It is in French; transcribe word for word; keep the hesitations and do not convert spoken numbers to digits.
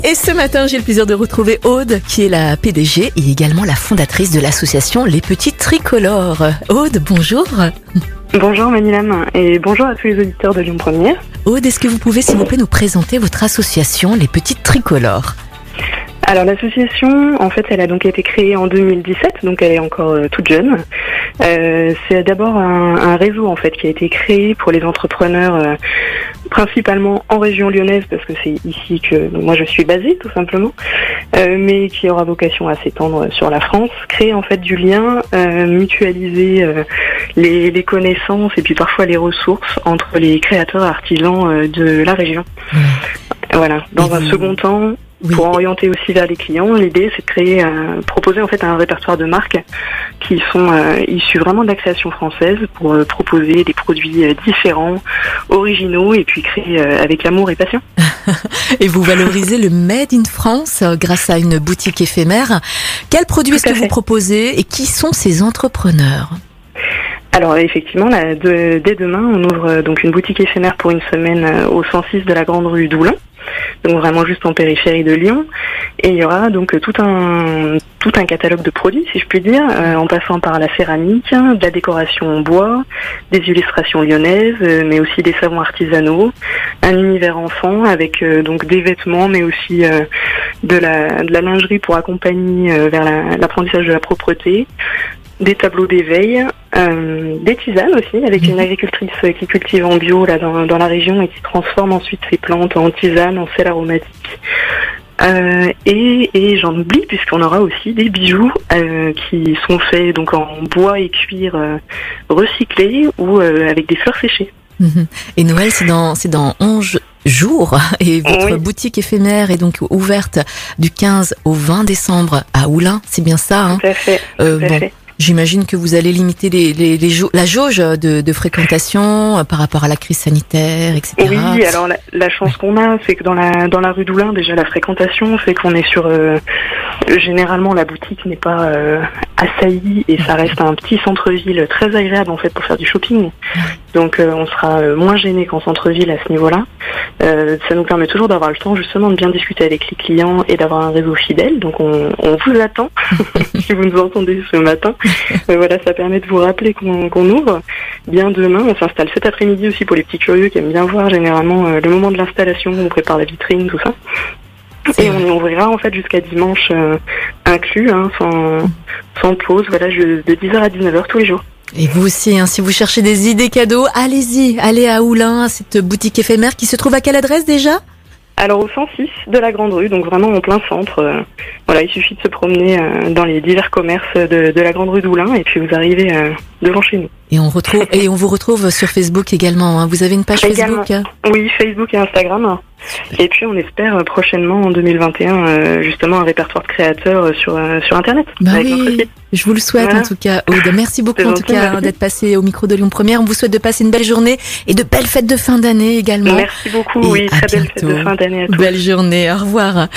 Et ce matin, j'ai le plaisir de retrouver Aude, qui est la P D G et également la fondatrice de l'association Les Petits Tricolores. Aude, bonjour. Bonjour Manilam et bonjour à tous les auditeurs de Lyon Première. Aude, est-ce que vous pouvez s'il vous plaît nous présenter votre association Les Petits Tricolores ? Alors l'association, en fait, elle a donc été créée en deux mille dix-sept, donc elle est encore euh, toute jeune. Euh, c'est d'abord un, un réseau en fait qui a été créé pour les entrepreneurs, euh, principalement en région lyonnaise, parce que c'est ici que donc, moi je suis basée tout simplement, euh, mais qui aura vocation à s'étendre sur la France. Créer en fait du lien, euh, mutualiser euh, les, les connaissances et puis parfois les ressources entre les créateurs artisans euh, de la région. Mmh. Voilà. Dans et un vous... second temps. Oui. Pour orienter aussi vers les clients, l'idée c'est de créer, euh, proposer en fait un répertoire de marques qui sont euh, issus vraiment de la création française pour euh, proposer des produits euh, différents, originaux et puis créer euh, avec amour et passion. Et vous valorisez le Made in France euh, grâce à une boutique éphémère. Quels produits est-ce que vous proposez et qui sont ces entrepreneurs ? Alors effectivement, là, de, dès demain, on ouvre euh, donc une boutique éphémère pour une semaine euh, au cent six de la Grande Rue d'Oulin. Donc vraiment juste en périphérie de Lyon, et il y aura donc tout un tout un catalogue de produits, si je puis dire, euh, en passant par la céramique, de la décoration en bois, des illustrations lyonnaises, euh, mais aussi des savons artisanaux, un univers enfant avec euh, donc des vêtements, mais aussi euh, de la de la lingerie pour accompagner euh, vers la, l'apprentissage de la propreté. Des tableaux d'éveil, euh, des tisanes aussi, avec une agricultrice qui cultive en bio là dans, dans la région et qui transforme ensuite ses plantes en tisanes, en sel aromatique. Euh, et, et j'en oublie puisqu'on aura aussi des bijoux euh, qui sont faits donc en bois et cuir euh, recyclés ou euh, avec des fleurs séchées. Et Noël, c'est dans c'est dans onze jours et votre oui. boutique éphémère est donc ouverte du quinze au vingt décembre à Oulin, c'est bien ça, hein ? Tout à fait. Euh, tout à bon. fait. J'imagine que vous allez limiter les, les, les jau- la jauge de, de fréquentation euh, par rapport à la crise sanitaire, et cetera. Oui, alors la, la chance qu'on a, c'est que dans la dans la rue d'Oulin, déjà la fréquentation fait qu'on est sur euh, généralement la boutique n'est pas euh, assaillie et ça reste un petit centre-ville très agréable en fait pour faire du shopping. Donc euh, on sera euh, moins gêné qu'en centre-ville à ce niveau-là. Euh, ça nous permet toujours d'avoir le temps justement de bien discuter avec les clients et d'avoir un réseau fidèle. Donc on, on vous attend si vous nous entendez ce matin. Euh, voilà, ça permet de vous rappeler qu'on, qu'on ouvre bien demain. On s'installe cet après-midi aussi pour les petits curieux qui aiment bien voir généralement euh, le moment de l'installation, on prépare la vitrine, tout ça. C'est et vrai. On ouvrira en fait jusqu'à dimanche euh, inclus, hein, sans, sans pause, voilà, je, de dix heures à dix-neuf heures tous les jours. Et vous aussi, hein, si vous cherchez des idées cadeaux, allez-y, allez à Oulin, cette boutique éphémère qui se trouve à quelle adresse déjà ? Alors au cent six de la Grande Rue, donc vraiment en plein centre. Euh, voilà, il suffit de se promener euh, dans les divers commerces de, de la Grande Rue d'Oulin et puis vous arrivez euh, devant chez nous. Et on retrouve et on vous retrouve sur Facebook également. Hein. Vous avez une page également. Facebook ? Oui, Facebook et Instagram. Et puis on espère prochainement en deux mille vingt et un euh, justement un répertoire de créateurs sur euh, sur Internet. Bah avec oui, notre site. Je vous le souhaite voilà. En tout cas. Aude, merci beaucoup C'est en tout cas merci. D'être passé au micro de Lyon Première. On vous souhaite de passer une belle journée et de belles fêtes de fin d'année également. Merci beaucoup. Et oui, très belle bientôt. fête de fin d'année à tous. Belle journée. Au revoir.